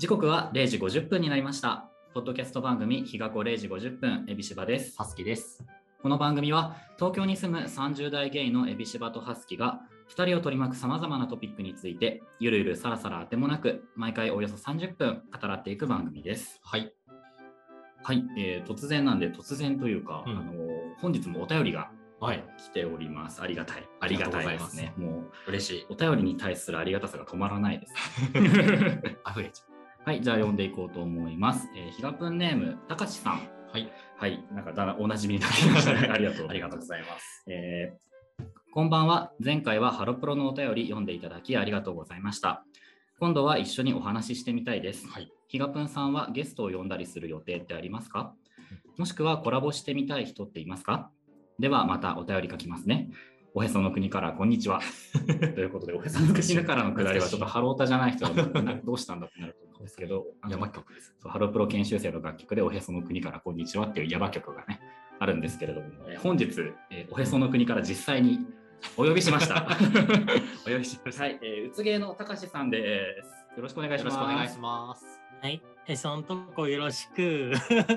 時刻は0時50分になりました。ポッドキャスト番組日が子0時50分、エビシバです。 ハスキです。 この番組は東京に住む30代ゲイのエビシバとハスキが2人を取り巻くさまざまなトピックについてゆるゆるさらさらあてもなく毎回およそ30分語らっていく番組です。 はい。 はい、突然なんで突然というか、本日もお便りが来ております。ありがたいですね。もう嬉しい。 お便りに対するありがたさが止まらないです。 溢れちゃう。 はい、じゃあ読んでいこうと思います。ひがぷんネームたかしさん。はい、なんかおなじみになってきましたね。ありがとうございます。こんばんは。前回はハロプロのお便り読んでいただきありがとうございました。今度は一緒にお話ししてみたいです。ひがぷんさんはゲストを呼んだりする予定ってありますか？もしくはコラボしてみたい人っていますか？ではまたお便り書きますね。おへその国からこんにちは。ということで、おへその国からのくだりはちょっとハロータじゃない人はどうしたんだってなると思うんですけど、 ヤバ曲です。 ハロプロ研修生の楽曲でおへその国からこんにちはっていうヤバ曲がね、あるんですけれども、本日、おへその国から実際にお呼びしました。 お呼びしました。 はい、うつげのたかしさんです。よろしくお願いします。 よろしくお願いします。 はい、そのとこよろしく。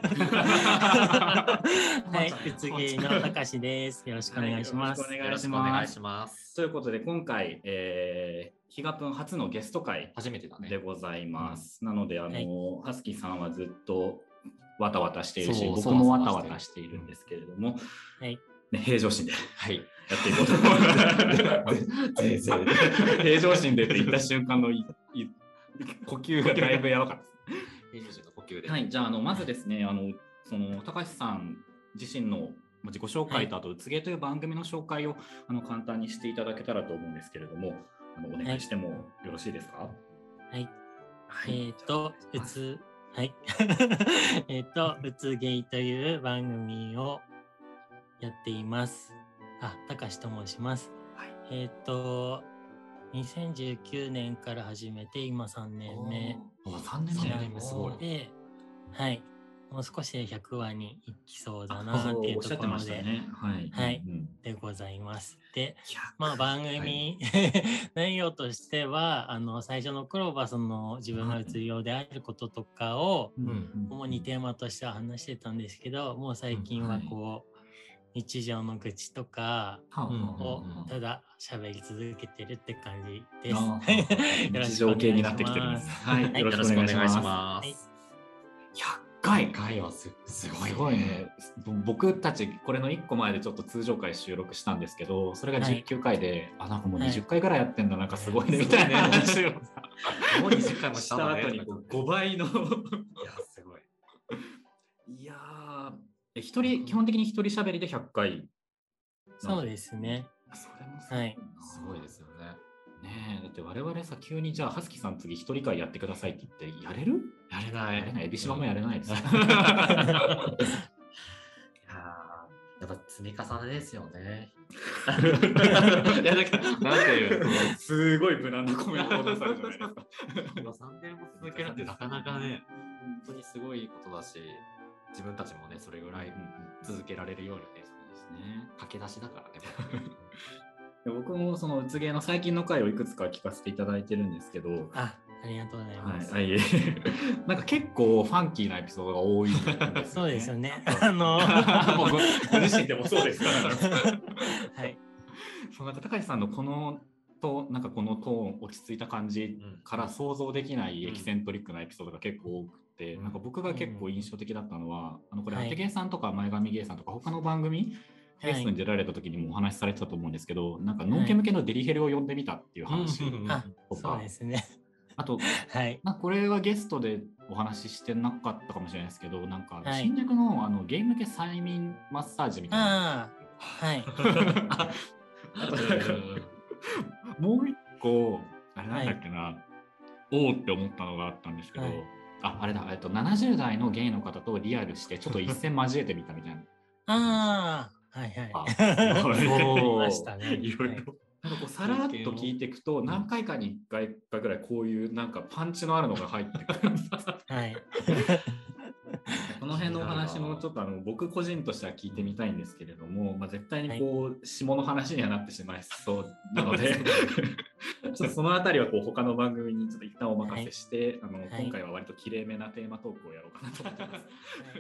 はい、うつげのたかしです。よろしくお願いします。 よろしくお願いします。 ということで今回、ひがぷん初のゲスト会初めてだねでございます。なのでハスキーさんはずっとわたわたしているし、僕もわたわたしているんですけれども、 はいね、平常心で、 やっていこうと思います。平常心でって言った瞬間の呼吸がだいぶやばかったです。 平常心の呼吸で。 はい、じゃあまずですね、その高橋さん自身の自己紹介とあとうつげという番組の紹介を簡単にしていただけたらと思うんですけれども、お願いしてもよろしいですか？ はい。うつゲイという番組をやっています。たかしと申します。2019年から始めて今3年目。 3年目すごい。 で、はい。もう少しで100話に行きそうだなっていうところで、でございます。で、番組内容としては最初の頃はその自分がうつ病であることとかを主にテーマとしては話してたんですけど、もう最近は日常の愚痴とかをただ喋り続けてるって感じです。 日常系になってきてるんです。はい、よろしくお願いします。100回はすごいね。僕たちこれの1個前でちょっと通常回収録したんですけど、それが19回で、なんかもう20回ぐらいやってんだ、なんかすごいねみたいな話をもう20回もした後に5倍のいやすごい。いや基本的に一人喋りで100回。 そうですね。 それもすごいですよね。 ねえ、だって我々さ、急にじゃあ、はすきさん次一人会やってくださいって言って、やれる？ やれない。 エビシバもやれないです。 やっぱ積み重ねですよね。 いや、だからなんていうすごい無難なコメントを出されるじゃないですか。 3年も続けるってなかなかね、本当にすごいことだし、自分たちもね、それぐらい続けられるようにね、駆け出しだからね。 僕もそのうつげの最近の回をいくつか聞かせていただいてるんですけど、 ありがとうございます。 なんか結構ファンキーなエピソードが多いんですよね。 そうですよね。 ご自身でもそうですから。 はい。 なんか高橋さんのこのトーン落ち着いた感じから想像できないエキセントリックなエピソードが結構多くて、なんか僕が結構印象的だったのは、これアテゲーさんとか前髪ゲーさんとか他の番組ゲストに出られた時にもお話しされてたと思うんですけど、なんかノンケ向けのデリヘルを呼んでみたっていう話とか、 そうですね。 あと、これはゲストでお話ししてなかったかもしれないですけど、なんか新宿のゲーム系催眠マッサージみたいな。あともう一個あれなんだっけな、おーって思ったのがあったんですけど、あれだ、70代のゲイの方とリアルしてちょっと一戦交えてみたみたいな。 そうましたね。 いろいろ。なんかさらっと聞いていくと何回かに1回かぐらいこういうなんかパンチのあるのが入ってくる。この辺のお話もちょっと僕個人としては聞いてみたいんですけれども、絶対に下の話にはなってしまいそうなのでちょっちょっとそのあたりはこう他の番組にちょっと一旦お任せして、今回は割ときれいめなテーマトークをやろうかなと思ってます。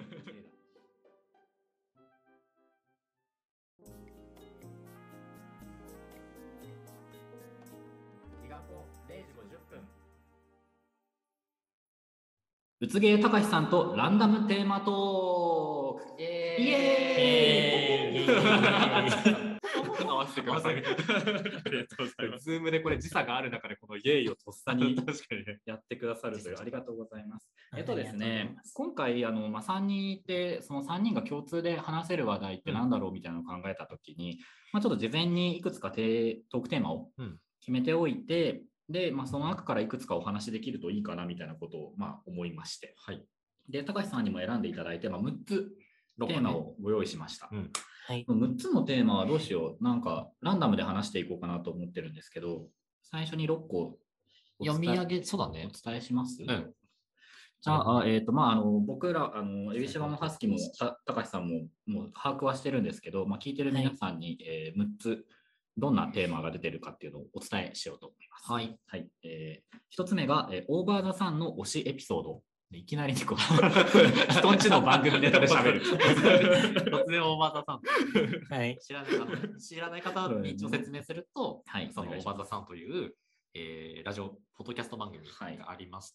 宇津芸隆さんとランダムテーマトーク。イエーイ。合わせてください。ありがとうございます。ズームでこれ時差がある中でこのイエーイをとっさにやってくださるというありがとうございます。ですね、今回3人いて、その3人が共通で話せる話題って何だろうみたいなのを考えたときに、ちょっと事前にいくつかトークテーマを決めておいて、で、その中からいくつかお話しできるといいかなみたいなことを思いまして、はい、で高橋さんにも選んでいただいて、6つテーマをご用意しました。はい、6つのテーマはどうしよう、なんかランダムで話していこうかなと思ってるんですけど、最初に6個読み上げ、そうだね、 お伝えします。 じゃあ、僕ら、エビシバもハスキも高橋さんもう把握はしてるんですけど、聞いてる皆さんに、6つどんなテーマが出てるかっていうのをお伝えしようと思います。はい。はい。1つ目が、オーバーザさんの推しエピソード。いきなりこう人んちの番組ネタで喋る。 突然オーバーザさん。はい。知らない方に一応説明すると、はい、そのオーバーザさんという、ラジオ、ポッドキャスト番組がありまして、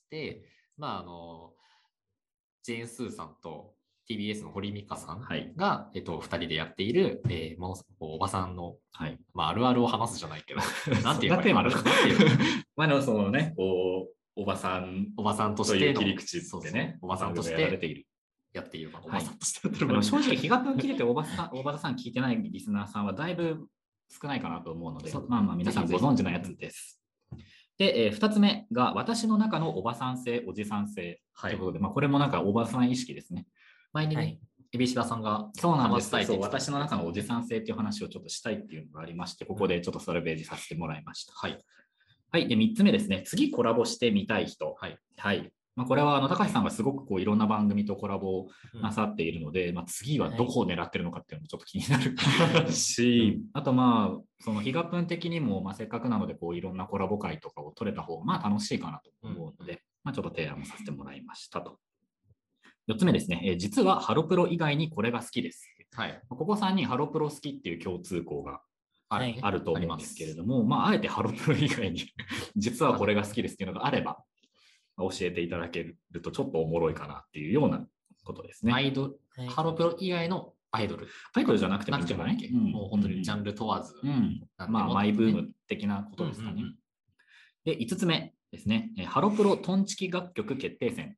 ジェーン・スーさんとTBS の堀美香さんが、はい、2人でやっている、おばさんの、はい、あるあるを話すじゃないけど、なんていうか、 そのね、こうおばさんとして切り口でね、 おばさんとしてやっているおばさんとしてやってる。正直、日が分切れておばさん聞いてないリスナーさんはだいぶ少ないかなと思うので、皆さんご存知のやつです。で、2つ目が私の中のおばさん性、おじさん性ということで、これもなんかおばさん意識ですね。 前にね、エビシバさんが話したいと、私の中のおじさん性っていう話をちょっとしたいっていうのがありまして、ここでちょっとそれベージさせてもらいました。はい。はい。で、3つ目ですね。次コラボしてみたい人。はい。はい。これは高橋さんがすごくこういろんな番組とコラボなさっているので、次はどこを狙ってるのかっていうのもちょっと気になるし、あとそのヒガプン的にもせっかくなのでこういろんなコラボ会とかを取れた方が楽しいかなと思うので、ちょっと提案もさせてもらいましたと。4つ目ですね、実はハロプロ以外にこれが好きです。はい、ここ3人ハロプロ好きっていう共通項があると思うんですけれども、あえてハロプロ以外に実はこれが好きですっていうのがあれば教えていただけるとちょっとおもろいかなっていうようなことですね。 ハロプロ以外のアイドルじゃなくてもいいんじゃない？ もう本当にジャンル問わず。 マイブーム的なことですかね。で、5つ目ですね、ハロプロトンチキ楽曲決定戦。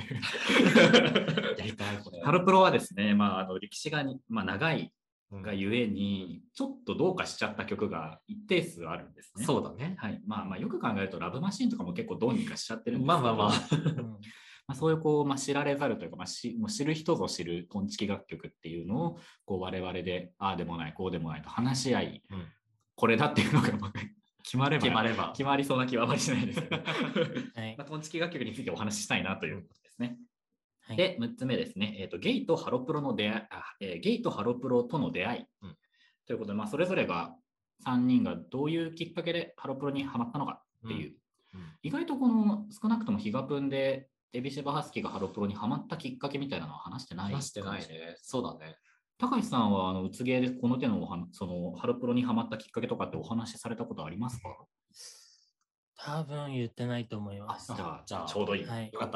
やりたいこれ。ハロプロはですね、歴史が長いがゆえに、ちょっとどうかしちゃった曲が一定数あるんですね。 そうだね。 はい。よく考えると、ラブマシーンとかも結構どうにかしちゃってるんですけど、そういう知られざるというか、もう知る人ぞ知るトンチキ楽曲っていうのを我々でああでもないこうでもないと話し合い、これだっていうのが決まりそうな気はあまりしないですけど、トンチキ楽曲についてお話ししたいなということですね。で、6つ目ですね、ゲイとハロプロとの出会い、ということで、それぞれが3人がどういうきっかけでハロプロにハマったのかっていう、意外と少なくともヒガプンでエビシバハスキがハロプロにハマったきっかけみたいなのは話してない。 ね。そうだね。 高橋さんはうつげでこの手のそのハロプロにハマったきっかけとかってお話しされたことありますか？ 多分言ってないと思います。 じゃあちょうどいい。よかった。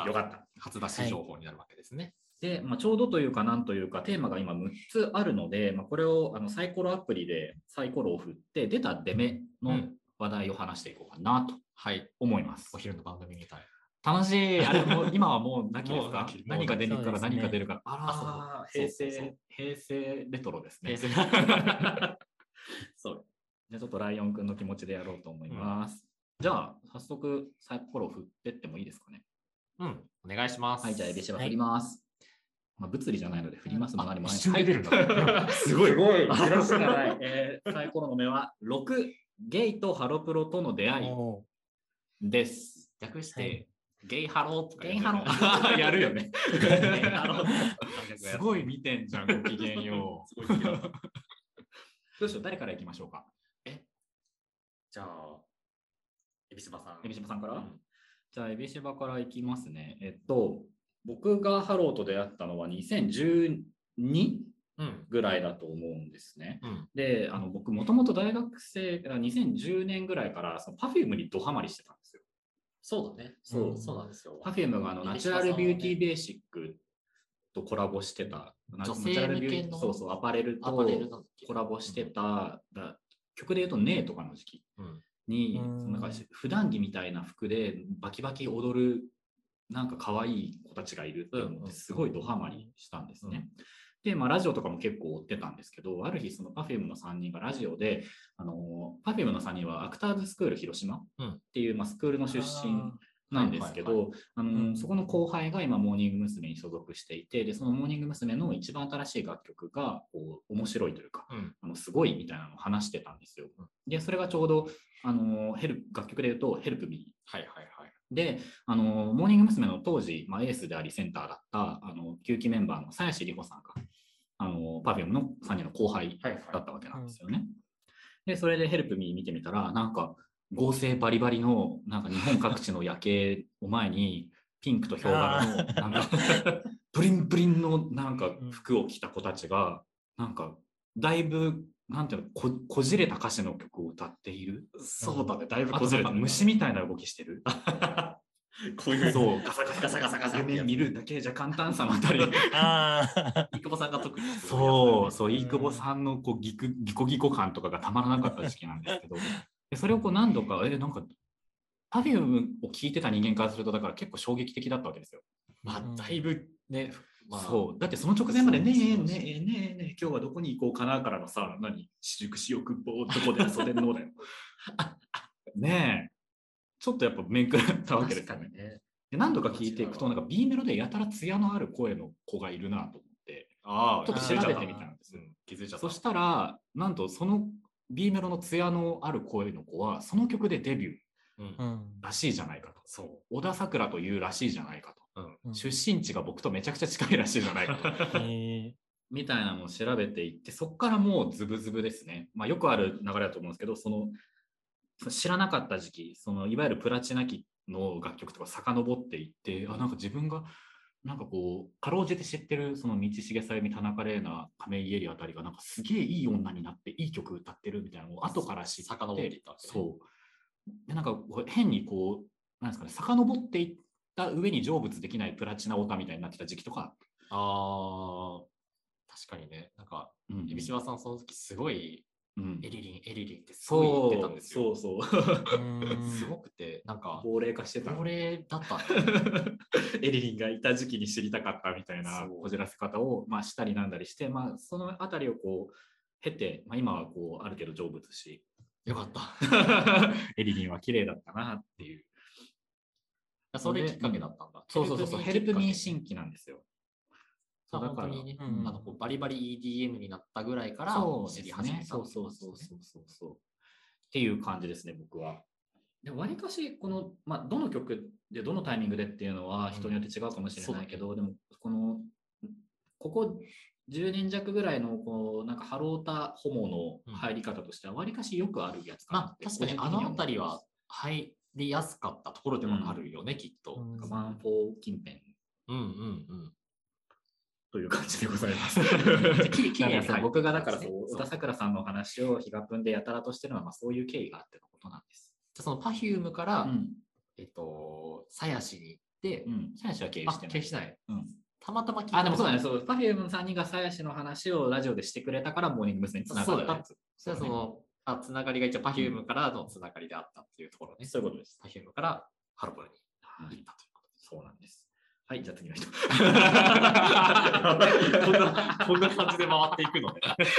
初出し情報になるわけですね。 で、ちょうどというかなんというかテーマが今6つあるので、これをサイコロアプリでサイコロを振って出た出目の話題を話していこうかなと思います。 お昼の番組みたい。 楽しい。あれも今はもうなきですか？何が出に行くから何が出るか。平成レトロですね。そう。じゃあちょっとライオンくんの気持ちでやろうと思います。じゃあ早速サイコロを振ってってもいいですかね？ お願いします。 はい、じゃあエビシバ振ります。物理じゃないので振りますも何もない。 一瞬で出るんだ。 すごい。サイコロの目は6、ゲイとハロプロとの出会いです。 略してゲイハロとかやるよね。すごい見てんじゃん、ごきげんよう。どうしよう、誰からいきましょうか。じゃあエビシバさん。 エビシバさんから、じゃあエビシバからいきますね。僕がハローと出会ったのは2012ぐらいだと思うんですね。で、僕もともと大学生から2010年ぐらいからその Perfume にドハマりしてたんですよ。 そうだね。そうなんですよ。 Perfume がナチュラルビューティーベーシックとコラボしてた、 女性向けのそうアパレルとコラボしてた、曲で言うとネーとかの時期に、なんか普段着みたいな服でバキバキ踊るなんか可愛い子たちがいるっていうのですごいドハマりしたんですね。で、ラジオとかも結構追ってたんですけど、ある日その Perfume の3人がラジオで、Perfume の3人はアクターズスクール広島っていう、スクールの出身なんですけど、そこの後輩が今モーニング娘。に所属していて、でそのモーニング娘。の一番新しい楽曲がこう面白いというか、すごいみたいなのを話してたんですよ。でそれがちょうど楽曲で言うと「ヘルプミー」でモーニング娘。の当時、エースでありセンターだった9期メンバーの鞘師里穂さんがPerfume の3人の後輩だったわけなんですよね。でそれで「ヘルプミー」見てみたらなんか合成バリバリのなんか日本各地の夜景を前にピンクとヒョウ柄のなんかブリンブリンのなんか服を着た子たちがなんかだいぶなんていうのこじれた歌詞の曲を歌っている。 そうだね、だいぶこじれた。 虫みたいな動きしてる。 こういうそうガサガサ夢見るだけじゃ簡単さのあたり。 飯久保さんが特にそう飯久保さんのこうギコギコ感とかがたまらなかった時期なんですけど。でそれをこう何度かなんかPerfumeを聴いてた人間からするとだから結構衝撃的だったわけですよ。 だいぶね、 そうだってその直前までねえ今日はどこに行こうかなからのさ私熟しよくぼどこで遊べんのだよねえちょっとやっぱ面食らったわけですよね。で何度か聞いていくとなんか B メロでやたら艶のある声の子がいるなと思ってちょっと調べてみたんですよ。 気づいちゃった。 そしたらなんとその B メロの艶のある声の子はその曲でデビューらしいじゃないかと。小田さくらというらしいじゃないかと。出身地が僕とめちゃくちゃ近いらしいじゃないかと。みたいなのを調べていってそこからもうズブズブですね。よくある流れだと思うんですけど知らなかった時期いわゆるプラチナ期の楽曲とか遡っていってなんか自分がなんかこうかろうじて知ってるその道重さゆみ田中玲奈亀井絵里あたりがなんかすげえいい女になっていい曲歌ってるみたいなのを後から知って遡っていったわけね。 そうでなんか変にこうなんですかね遡っていった上に成仏できないプラチナオタみたいになってた時期とか確かにねなんか海島さんその時すごいエリリンってすごい言ってたんですよ。 そうすごくてなんか亡霊化してた。 亡霊だったね。 エリリンがいた時期に知りたかったみたいなこじらせ方をしたりなんだりしてそのあたりをこう経て今はこうある程度成仏しよかったエリリンは綺麗だったなっていうそれきっかけだったんだ。 そうヘルプミー新規なんですよ。 だからねバリバリ EDM になったぐらいから知り始めた。 そうっていう感じですね僕は。でわりかしこのどの曲でどのタイミングでっていうのは人によって違うかもしれないけど、でもここ10年弱ぐらいのこうなんかハロータホモの入り方としてはわりかしよくあるやつかなって。 確かにあの辺りは入りやすかったところではあるよね、きっと。 ワンフォー近辺という感じでございます。僕がだから小田さくらさんのお話をヒガプンでやたらとしてるのはそういう経緯があってのことなんです。 その Perfume から鞘師に行って鞘師は経営してない。 たまたま聞いた。でもそうだね。Perfume の3人が鞘師の話をラジオでしてくれたからモーニング娘。につながった。 そのつながりが一応 Perfume からのつながりであったっていうところね。 そういうことです。 Perfume からハロプロに行ったということです。 そうなんです。はい、じゃあ次の人。 こんな感じで回っていくのね。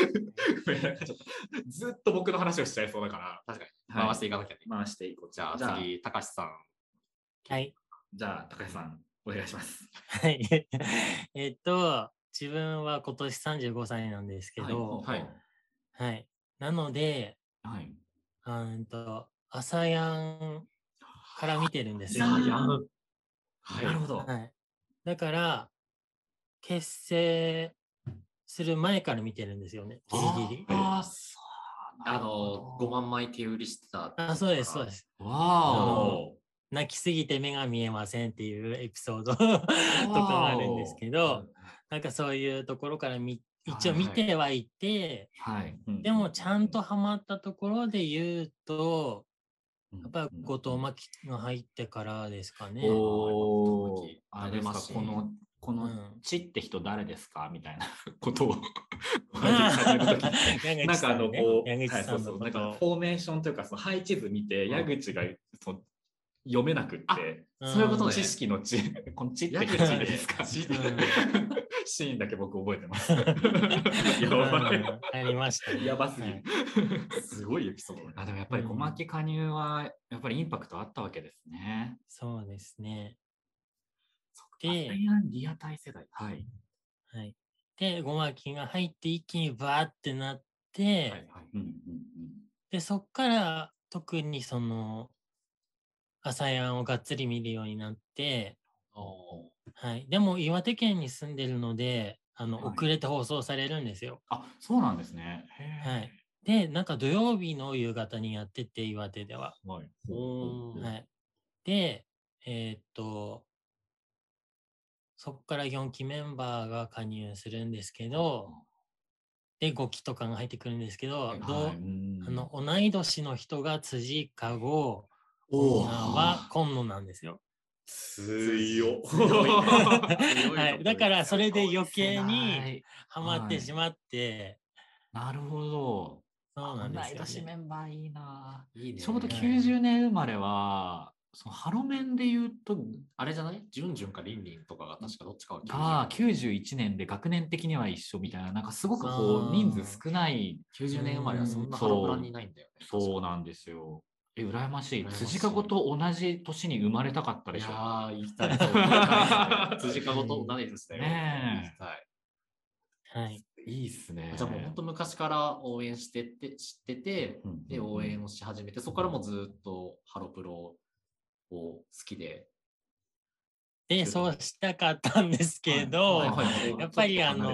ずっと僕の話をしちゃいそうだから、 確かに回していかなきゃね。 回していこう。 じゃあ次、高橋さん。 はい。 じゃあ高橋さん、お願いします。 はい。自分は今年35歳なんですけど、はい。なので、朝やんから見てるんですよ。 なるほど。 だから、結成する前から見てるんですよね、ギリギリ。 5万枚手売りしてた。 そうです、そうです。 わー。 泣きすぎて目が見えませんっていうエピソードとかもあるんですけど、なんかそういうところから一応見てはいて、でもちゃんとハマったところで言うと、やっぱり後藤真希が入ってからですかね。 あれですか、このちって人誰ですかみたいなことをなんかなんかこう、なんかフォーメーションというかその配置図見て矢口が読めなくって、 そういうことね。 知識の知、この知って人誰ですかシーンだけ僕覚えてます。 ありましたね。 やばすぎる。すごいエピソード。でもやっぱり小牧加入はやっぱりインパクトあったわけですね。 そうですね。 で、リアタイ世代。はい。 はい。で、小牧が入って一気にバーってなって、で、そっから特にその、朝やんをがっつり見るようになって、はい。でも岩手県に住んでるので、遅れて放送されるんですよ。 あ、そうなんですね。 はい。で、なんか土曜日の夕方にやってて、岩手では。 はい。 で、そこから4期メンバーが加入するんですけど、で、5期とかが入ってくるんですけど、同い年の人が辻籠、女は今野なんですよ。 強はい。だからそれで余計にハマってしまって、 なるほど。 そうなんですよ、ね。 同い年メンバーいいな。いいね。ちょうど90年生まれは、そのハロメンで言うと、 あれじゃない？ジュンジュンかリンリンとかが確かどっちかは91年で学年的には一緒みたいな、なんかすごくこう人数少ない。 90年生まれはそんなハロプラにいないんだよね。 そうなんですよ。羨ましい。辻籠と同じ年に生まれたかったでしょ。 いやー、行きたい。辻籠と同じ年だよ。 ね行きたい。 はい。 いいっすね。 じゃあもう本当昔から応援してって知ってて、で応援をし始めて、そこからもずっとハロプロを好きで。 で、そうしたかったんですけど、やっぱりなん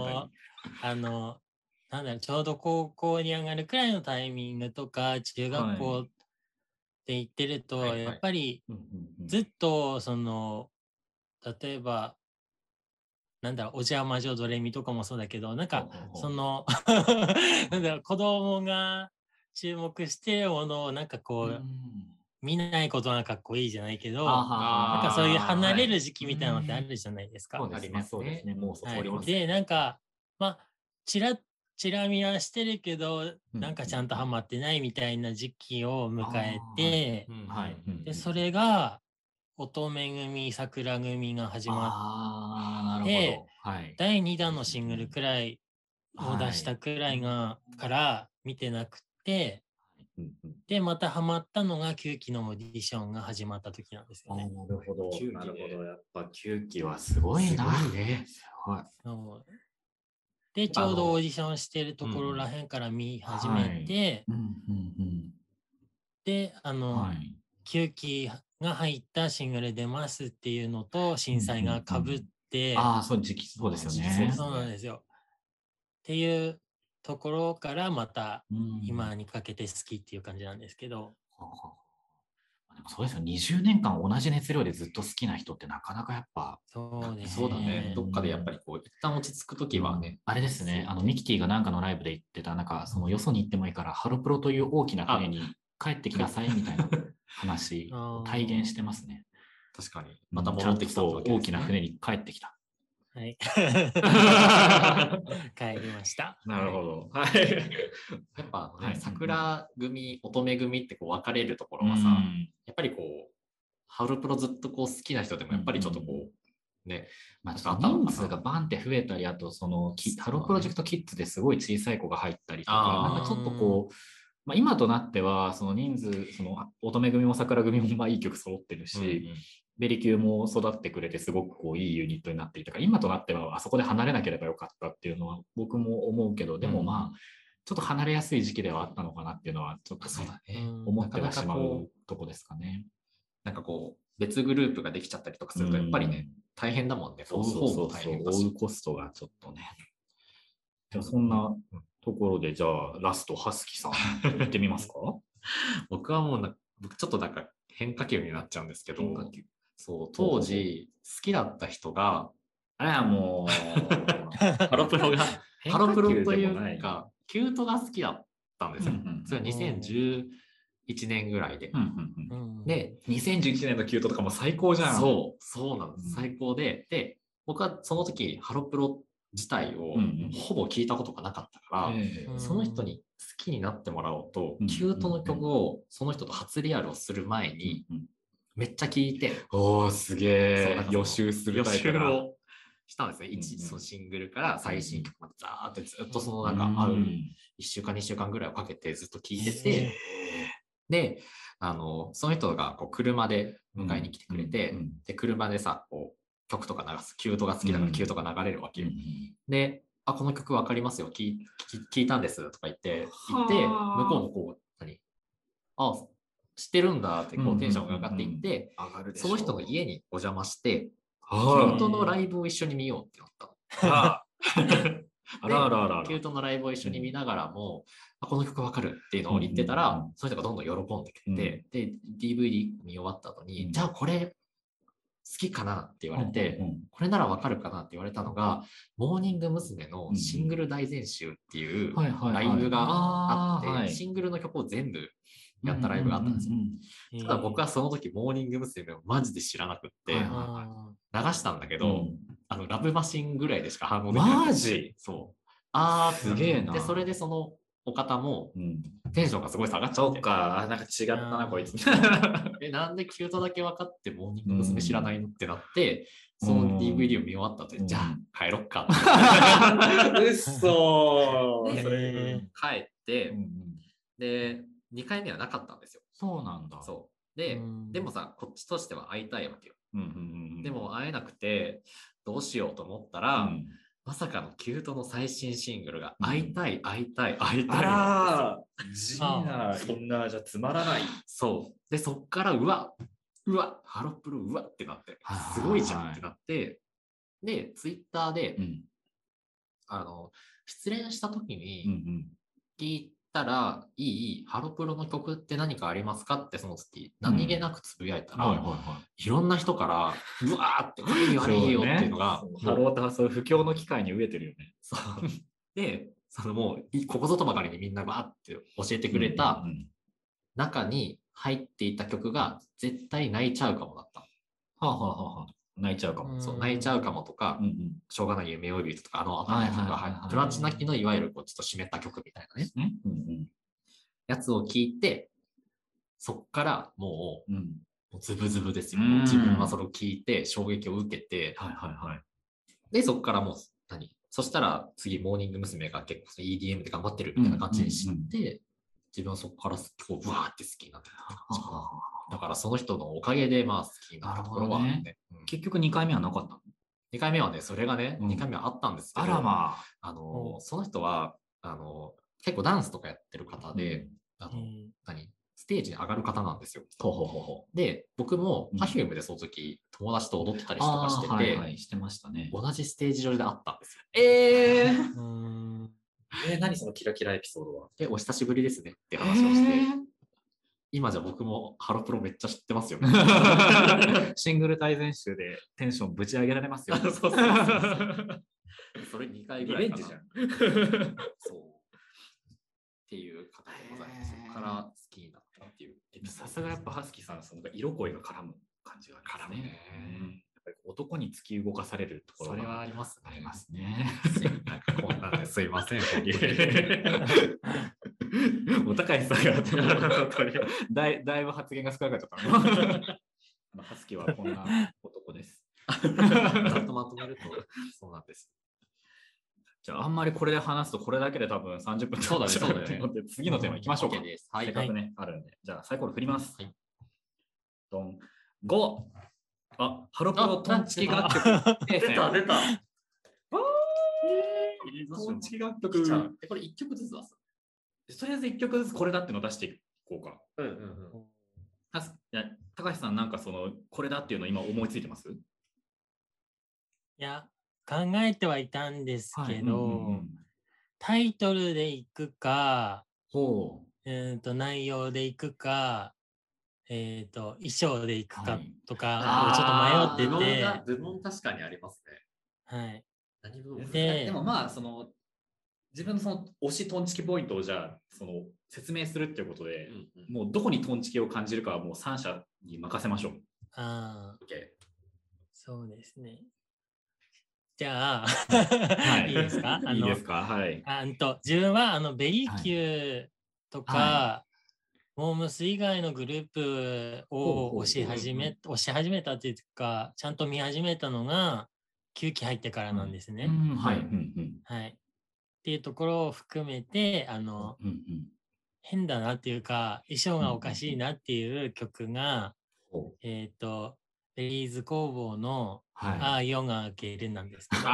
だろう、ちょうど高校に上がるくらいのタイミングとか、中学校って言ってると、やっぱりずっとその、例えば、なんだろう、おじゃまじょドレミとかもそうだけど、なんか、その、なんだろう、子供が注目してるものを、なんかこう、見ないことがかっこいいじゃないけど、なんかそういう離れる時期みたいなのってあるじゃないですか。 そうですね、そうですね、もうそこに。 で、なんか、まあ、ちら見はしてるけど、なんかちゃんとハマってないみたいな時期を迎えて、で、それが、乙女組、桜組が始まって、第2弾のシングルくらいを出したくらいから見てなくて、で、またハマったのが9期のオーディションが始まった時なんですよね。 なるほど。なるほど。やっぱ9期はすごいな。すごい。 で、ちょうどオーディションしてるところらへんから見始めて、で、9期が入ったシングル出ますっていうのと震災がかぶって、 そうですよね。 そうなんですよ。っていうところからまた今にかけて好きっていう感じなんですけど。 でもそうですよ。20年間同じ熱量でずっと好きな人ってなかなかやっぱ。 そうだね。どっかでやっぱりこう、一旦落ち着くときはね。 あれですね。ミキティがなんかのライブで言ってた、なんかそのよそに行ってもいいからハロプロという大きな船に帰ってきなさいみたいな話を体現してますね。 確かに。また戻ってきた大きな船に帰ってきた。 はい。帰りました。 なるほど。 はい。やっぱね、桜組、乙女組ってこう分かれるところはさ、やっぱりこう、ハロプロずっとこう好きな人でもやっぱりちょっとこう、ね、 まあ、人数がバンって増えたり、あとそのハロプロジェクトキッズですごい小さい子が入ったりとか、なんかちょっとこう、まあ、今となってはその人数、その乙女組も桜組もまあいい曲揃ってるし、ベリキューも育ってくれてすごくこういいユニットになっていたから、今となってはあそこで離れなければよかったっていうのは僕も思うけど、でもまあちょっと離れやすい時期ではあったのかなっていうのはちょっと、思ってはしまうとこですかね。 なんかこう別グループができちゃったりとかするとやっぱりね、大変だもんね。 追うコストがちょっとね。でもそんなところで、じゃあ、ラスト、ハスキさん、行ってみますか？ 僕はもう僕ちょっとなんか変化球になっちゃうんですけど、そう、当時好きだった人が、 あれはもう、 ハロプロというか、キュートが好きだったんですよ。それは2011年ぐらいで。 で、2011年のキュートとかも最高じゃん。 そうなんです。最高で、僕はその時、ハロプロ自体をほぼ聞いたことがなかったから、その人に好きになってもらおうと、キュートの曲をその人と初リアルをする前に、めっちゃ聞いて、 おー、すげえ。予習するタイプだ。 予習をしたんですね。そのシングルから最新曲までザーってずっとそのなんか会う1週間2週間ぐらいをかけてずっと聞いてて、で、その人がこう車で迎えに来てくれて、で、車でさ、こう曲とか流す、キュートが好きだからキュートが流れるわけよ。で、この曲わかりますよ、聞いたんですとか言って、向こうもこう、知ってるんだってこうテンションが上がっていって、その人の家にお邪魔して、キュートのライブを一緒に見ようってなったの。キュートのライブを一緒に見ながらも、この曲わかるっていうのを言ってたら、その人がどんどん喜んでくれて、で、DVD 見終わった後に、じゃあこれ好きかなって言われて、これならわかるかなって言われたのが、モーニング娘。のシングル大全集っていうライブがあって、シングルの曲を全部やったライブがあったんですよ。ただ僕はその時モーニング娘。をマジで知らなくって、流したんだけど、ラブマシンぐらいでしか反応できない。 マジ？ そう。 すげえな。 で、それでそのお方もテンションがすごい下がっちゃって。 そっか、なんか違ったな、こいつ。 なんでキュートだけ分かってモーニング娘。知らないのってなって、その DVD を見終わった後に、じゃあ帰ろっかって。 うっそー。 帰って、で、2回目はなかったんですよ。 そうなんだ。 そう。でもさ、こっちとしては会いたいわけよ。でも会えなくて、どうしようと思ったら、まさかのキュートの最新シングルが会いたいなんですよ。みんなじゃつまらない。 そう。で、そっからうわ、ハロプロってなって、すごいじゃんってなって、で、ツイッターで、失恋した時に聞いたらいいハロプロの曲って何かありますかってその時何気なくつぶやいたら、いろんな人からうわーってこれいいよあれいいよっていうのが、 ハロータはそういう不況の機会に飢えてるよね。 そうで、もうここぞとばかりにみんなバーって教えてくれた中に入っていた曲が絶対泣いちゃうかもだった。 泣いちゃうかも。 そう、泣いちゃうかもとか、しょうがない夢追い人とか、後の曲が入って、プラチナ期のいわゆるこうちょっと湿った曲みたいなね、やつを聞いて、そっからもうズブズブですよ。自分はそれを聞いて衝撃を受けて、で、そっからもうそしたら次、モーニング娘。が結構 EDM で頑張ってるみたいな感じに知って、自分はそこからこう、ブワーって好きになってた感じかな。だからその人のおかげで、まあ好きになったところはね。 結局2回目はなかったの ？2回目はね、それがね、2回目はあったんですけど、その人は、結構ダンスとかやってる方で、ステージに上がる方なんですよ。で、僕も Perfume でその時、友達と踊ってたりとかしてて、 してましたね。 同じステージ上で会ったんですよ。 何そのキラキラエピソードは？ お久しぶりですねって話をして、今じゃ僕もハロプロめっちゃ知ってますよ。 シングル大全集でテンションぶち上げられますよ。 それ2回ぐらいかな。 リベンジじゃん。 そう。っていう方でございます。そこから好きになったっていう。 さすがやっぱハスキーさん、その色恋が絡む感じがありますね。やっぱり男に突き動かされるところそれはありますね。 ありますね。 なんかこんなんですいません。 お高いさんがだいぶ発言が少なかったハスキーはこんな男です。 ちゃんとまとめるとそうなんです。 じゃああんまりこれで話すとこれだけで多分30分そうだね。次のテーマいきましょうか。せっかくね、あるんで。じゃあサイコロ振ります。ドン。5。ハロプロトンチキ楽曲。 出た。 トンチキ楽曲。 これ1曲ずつ出す。 とりあえず1曲ずつこれだってのを出していこうか。高橋さんなんかこれだっていうの今思いついてます？ いや、考えてはいたんですけど、 タイトルでいくか、 ほ内容でいくか、衣装でいくかとかはをちょっと迷ってて、 部門確かにありますね。 はい。 何部門でもまあその自分のその推しトンチキポイントをじゃあその説明するっていうことで、もうどこにトンチキを感じるかはもう3社に任せましょう。 ああ、 OK。 そうですね。じゃあ、 はい、 いいですか？ いいですか？はい。 自分はベリーキューとか、モームス以外のグループを推し始めたっていうか、ちゃんと見始めたのが9期入ってからなんですね。 はい。 はい。っていうところを含めて、変だなっていうか、衣装がおかしいなっていう曲が、ベリーズ工房のああ夜が明けるなんですけど。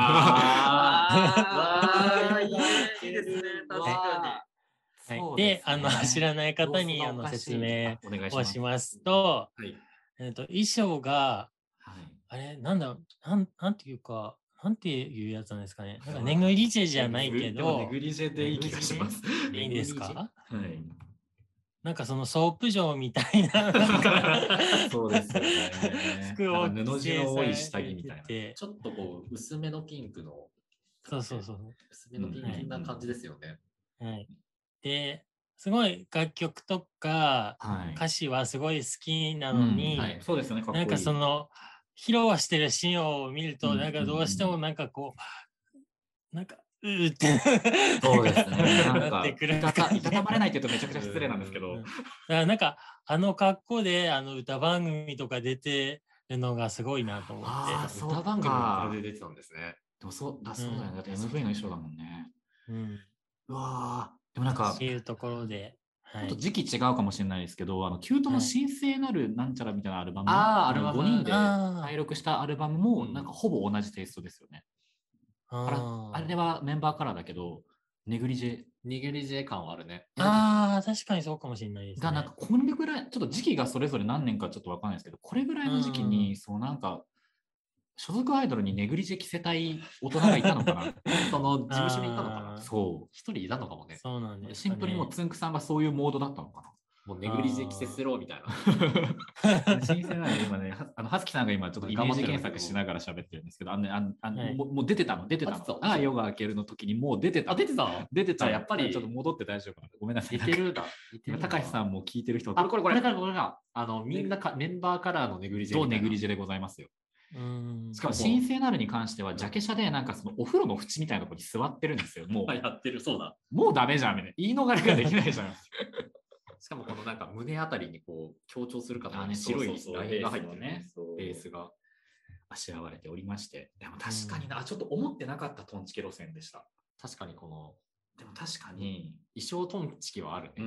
いいですね。確かに。で、知らない方に説明をしますと、衣装が、あれ、なんていうか、なんていうやつなんですかね。なんかネグリジェじゃないけど。 ネグリジェでいい気がします。 いいんですか？ はい。 なんかそのソープ状みたいな、 そうですよね。 服を布地の多い下着みたいな。 ちょっとこう薄めのピンクの。 そう。 薄めのピンクな感じですよね。 はい。で、すごい楽曲とか歌詞はすごい好きなのに、 そうですよね。 なんかその披露はしてるシーンを見ると、なんかどうしてもなんかこう、なんかってそうですね。 なんかいたたまれないって言うとめちゃくちゃ失礼なんですけど、 なんか格好で歌番組とか出てるのがすごいなと思って。 歌番組もこれで出てたんですね。 でもそうだよね。だって MV の衣装だもんね。うわでもなんかっていうところで。 ちょっと時期違うかもしれないですけど、キュートの神聖なるなんちゃらみたいなアルバム、5人で体録したアルバムもなんかほぼ同じテイストですよね。あれはメンバーカラーだけど、ネグリジェ感はあるね。 確かにそうかもしれないですね。 なんかこれぐらい、ちょっと時期がそれぞれ何年かちょっとわかんないですけど、これぐらいの時期に、そうなんか、所属アイドルにネグリジェ着せたい大人がいたのかなその事務所にいたのかな。 そう。 一人いたのかもね。 そうなんです、 シンプルにもうつんくさんがそういうモードだったのかな。 もうネグリジェ着せすろみたいな。 新鮮なの今ね、はつきさんが今ちょっとイメージ検索しながら喋ってるんですけど、もう出てたの。ああ、夜が明けるの時にもう出てた。 出てた。やっぱりちょっと戻って大丈夫かな。ごめんなさい。 似てるだ。 高橋さんも聞いてる人。 これが、みんなメンバーカラーのネグリジェ。 ネグリジェでございますよ。しかも神聖なるに関してはジャケ写でなんかそのお風呂の縁みたいなところに座ってるんですよ。もうやってる、そうだ。 もうダメじゃんみたいな。言い逃れができないじゃん。 しかもこのなんか胸あたりにこう強調するかのように白いラインが入ってるね。ベースがあしらわれておりまして。でも確かにな、ちょっと思ってなかったトンチキ路線でした。 確かにこの、 でも確かに衣装トンチキはあるね。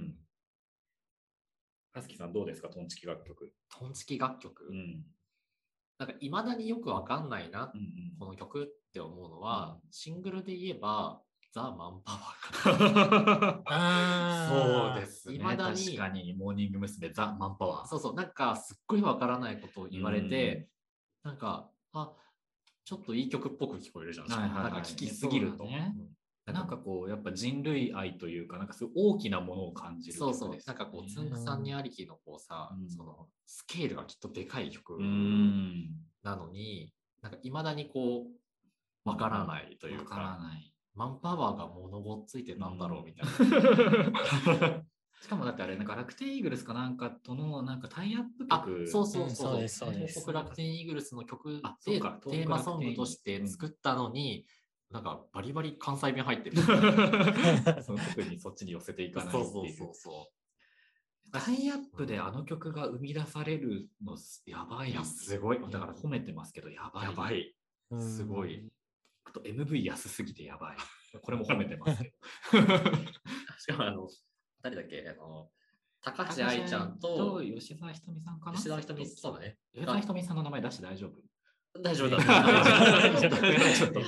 はすきさんどうですか、トンチキ楽曲。 トンチキ楽曲。なんかいまだによくわかんないな、この曲って思うのは、シングルで言えば、ザ・マンパワーか。そうですね。 確かに、モーニング娘。ザ・マンパワー。 そう、なんかすっごいわからないことを言われて、なんか、ちょっといい曲っぽく聞こえるじゃん。なんか聴きすぎると。 なんかこう、やっぱ人類愛というか、なんかすごい大きなものを感じる曲です。 そう。なんかこう、つんくさんにありきのこうさ、そのスケールがきっとでかい曲なのに、なんかいまだにこう、わからないというか、マンパワーが物ごっついてなんだろうみたいな。 しかもだってあれ、なんか楽天イーグルスかなんかとのなんかタイアップ曲。 そうです。 東北楽天イーグルスの曲でテーマソングとして作ったのに、なんかバリバリ関西弁入ってる。 特にそっちに寄せていかないっていう。タイアップであの曲が生み出されるのやばい。 すごい。 だから褒めてますけど、やばい。 すごい。 あと MV 安すぎてやばい。これも褒めてますけど。しかも誰だっけ高橋愛ちゃんと吉沢ひとみさんかな。 吉沢ひとみ、そうだね。 吉沢ひとみさんの名前出して大丈夫？ 大丈夫だ。 ちょっと。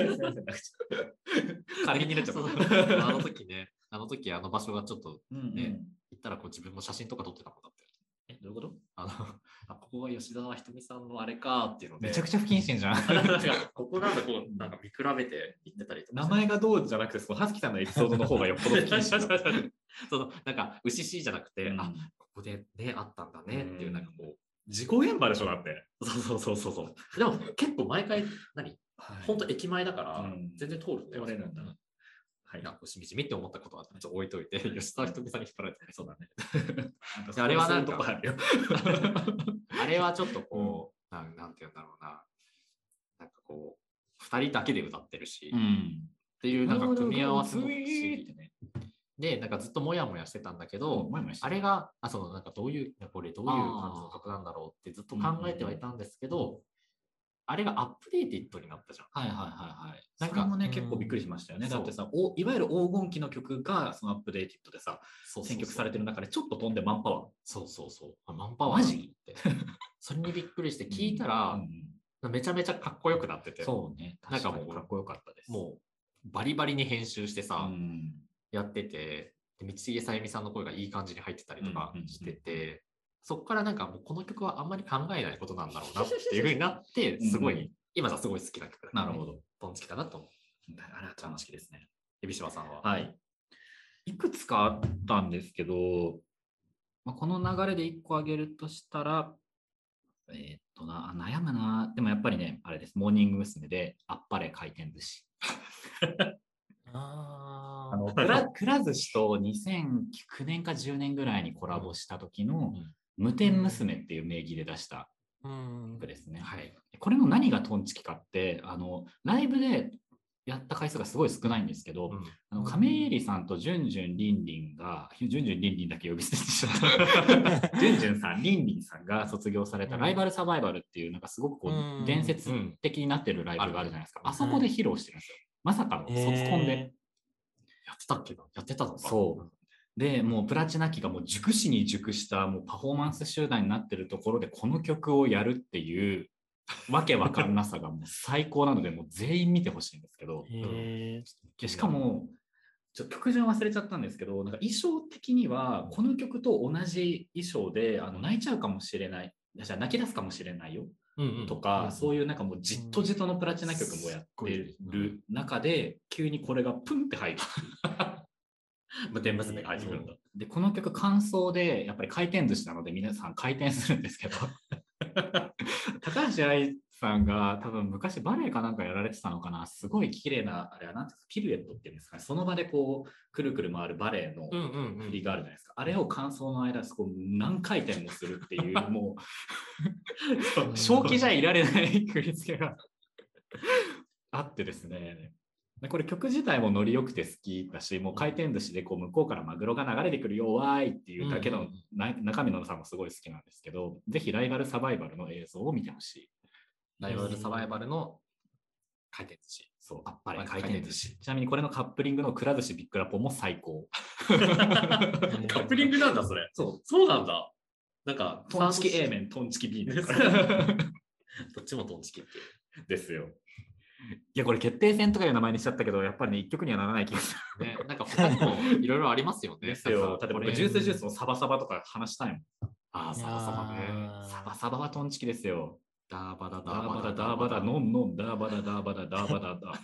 仮になっちゃった。 あの時あの場所がちょっとね、行ったらこう自分も写真とか撮ってたもんだって。 どういうこと？ ここが吉沢ひとみさんのあれかっていうので。 めちゃくちゃ不謹慎じゃん。 ここなんかこう、なんか見比べて言ってたりとか。 名前がどうじゃなくて、そのはすきさんのエピソードの方がよっぽど不謹慎その、なんか、牛 C じゃなくて、ここでね、あったんだねっていう、なんかこう、 事故現場でしょ、だって。 そう。でも結構毎回、本当駅前だから、全然通るんだよ。 通れるんだ。 はい、しみじみって思ったことはちょっと置いといて、吉沢ひとみさんに引っ張られて、そうだね。 あれはなんか、 あれはちょっとこう、なんていうんだろうな、なんかこう、2人だけで歌ってるし、っていうなんか組み合わせも不思議でね。で、なんかずっともやもやしてたんだけど、あれが、なんかこれどういう感じの曲なんだろうってずっと考えてはいたんですけど、あれがアップデーティッドになったじゃん。 なんかもね、結構びっくりしましたよね。だってさ、いわゆる黄金期の曲がそのアップデーティッドでさ、選曲されてる中でちょっと飛んでマンパワー。 マンパワー。マジって。それにびっくりして聞いたら、めちゃめちゃかっこよくなってて。 そうね。 なんかもうかっこよかったです。もうバリバリに編集してさ、やってて、道重さゆみさんの声がいい感じに入ってたりとかしてて、そこからなんかもうこの曲はあんまり考えないことなんだろうなっていう風になって、すごい、今じゃすごい好きな曲だ、 なるほど。 トンチキだなと思う。 あれは楽しきですね。 海老島さんは。 はい。いくつかあったんですけど、この流れで1個挙げるとしたら、悩むな。でもやっぱりね、あれです。モーニング娘。で、あっぱれ回転寿司。くら寿司と2009年か10年ぐらいにコラボした時の無天娘っていう名義で出した曲ですね。これの何がトンチキかって、ライブでやった回数がすごい少ないんですけど、亀井絵里さんとジュンジュンリンリンが、ジュンジュンリンリンだけ呼び捨てしちゃった。ジュンジュンさん、リンリンさんが卒業されたライバルサバイバルっていう、なんかすごくこう伝説的になってるライブがあるじゃないですか。あそこで披露してるんですよ。まさかの卒コンで。 やってたっけな？やってたのか。 そう。で、もうプラチナ期がもう熟しに熟したもうパフォーマンス集団になってるところでこの曲をやるっていうわけわかんなさがもう最高なので、もう全員見てほしいんですけど。しかも、曲順忘れちゃったんですけど、なんか衣装的にはこの曲と同じ衣装で泣いちゃうかもしれない。じゃあ泣き出すかもしれないよ。とか、そういうなんかもうじっとじとのプラチナ曲もやってる中で、急にこれがプンって入る。 無天娘が入ってくるんだ。 で、この曲感想で、やっぱり回転寿司なので皆さん回転するんですけど、高橋愛さんが多分昔バレエかなんかやられてたのかな、すごい綺麗な、あれはなんていうんですか、ピルエットっていうんですかね、その場でこう、くるくる回るバレエの振りがあるじゃないですか。あれを感想の間、こう何回転もするっていう、もう、正気じゃいられない振り付けがあってですね。これ曲自体もノリ良くて好きだし、もう回転寿司でこう向こうからマグロが流れてくるよわーいっていうだけの中身の良さもすごい好きなんですけど、ぜひライバルサバイバルの映像を見てほしい。 ライバルサバイバルの回転寿司。 そう、あっぱれ回転寿司。ちなみにこれのカップリングのくら寿司ビックラポも最高。 カップリングなんだ、それ。そうなんだ。なんか、 トンチキ A 面、トンチキ B 面。 どっちもトンチキっていう。 ですよ。いや、これ決定戦とかいう名前にしちゃったけど、やっぱりね、一曲にはならない気がする。ね、なんか他にもいろいろありますよね。 ですよ。例えばジュースジュースのサバサバとか話したいもん。 ああ、サバサバね。 サバサバはトンチキですよ。 ダーバダダーバダダーバダノンノンダーバダダーバダダーバダダダ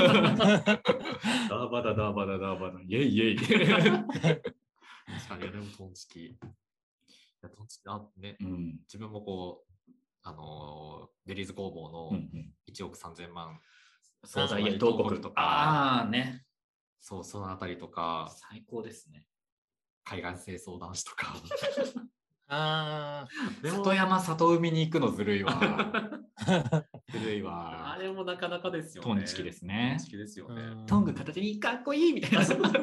ーバダダーバダダーバダイェイイェイ。 確かにあれもトンチキ。いやトンチキね、自分もこうデリーズ工房の1億3000万総菜へ同国とか、ああね、 そのあたりとか最高ですね。 海岸清掃男子とか。 ああ、 里山里海に行くのずるいわ。ずるいわ。 あれもなかなかですよね。 トンチキですね。 トンチキですよね。 トング形にかっこいいみたいな。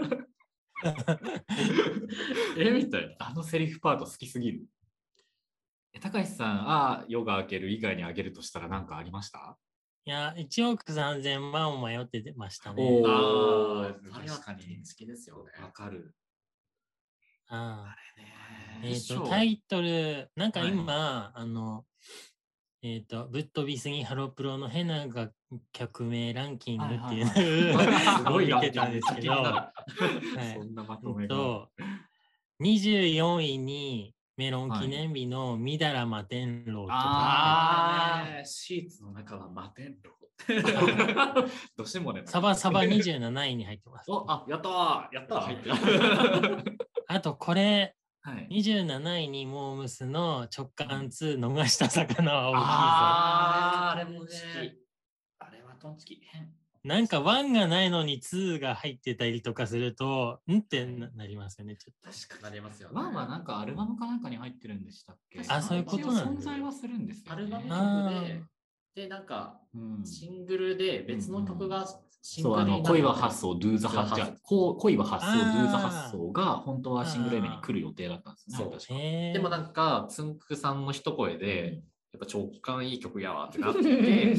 みたいな。あのセリフパート好きすぎる。高橋さん、夜が明ける以外にあげるとしたら何かありました？ いや、1億3000万を迷ってましたね。 あれは確かに好きですよね。 わかる。 あれね。タイトル、なんか今、ぶっ飛びすぎハロプロの変な曲名ランキングっていうのを見てたんですけど、 そんなまとめが。 24位にメロン記念日のみだら摩天楼とか、シーツの中は摩天楼。どうしてもね。 サバ27位に入ってます。 やったー、やったー。 入ってる。 あとこれ、27位にモームスの直感2逃した魚は大きいぞ。 あれもね。あれはトンチキ変。 なんか1がないのに2が入ってたりとかすると、ってなりますよね。ちょっと確かになりますよね。 1はなんかアルバムかなんかに入ってるんでしたっけ？ そういうことなんです。存在はするんですよ、ね。 アルバム曲で、なんか、シングルで別の曲がシングルに恋は発想、Do the 発想、恋は発想、Do the 発想が本当はシングル A に来る予定だったんですね。 そう確か。でもなんか、つんくさんの一声で、やっぱ直感いい曲やわってなって、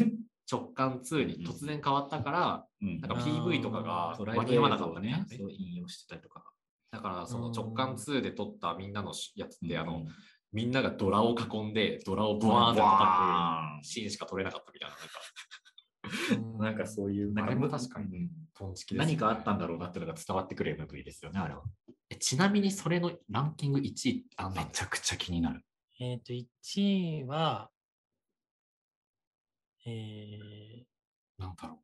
直感2に突然変わったから、なんか PV とかが間に合わなかったね。 そう引用してたりとか。 だからその直感2で撮ったみんなのやつってみんながドラを囲んでドラをブワーンって叩くシーンしか撮れなかったみたいな。 なんかそういう、 あれも確かにトンチキです。 何かあったんだろうなっていうのが伝わってくる MV ですよね、あれは。 ちなみにそれのランキング1位めちゃくちゃ気になる。 1位は、 なんだろ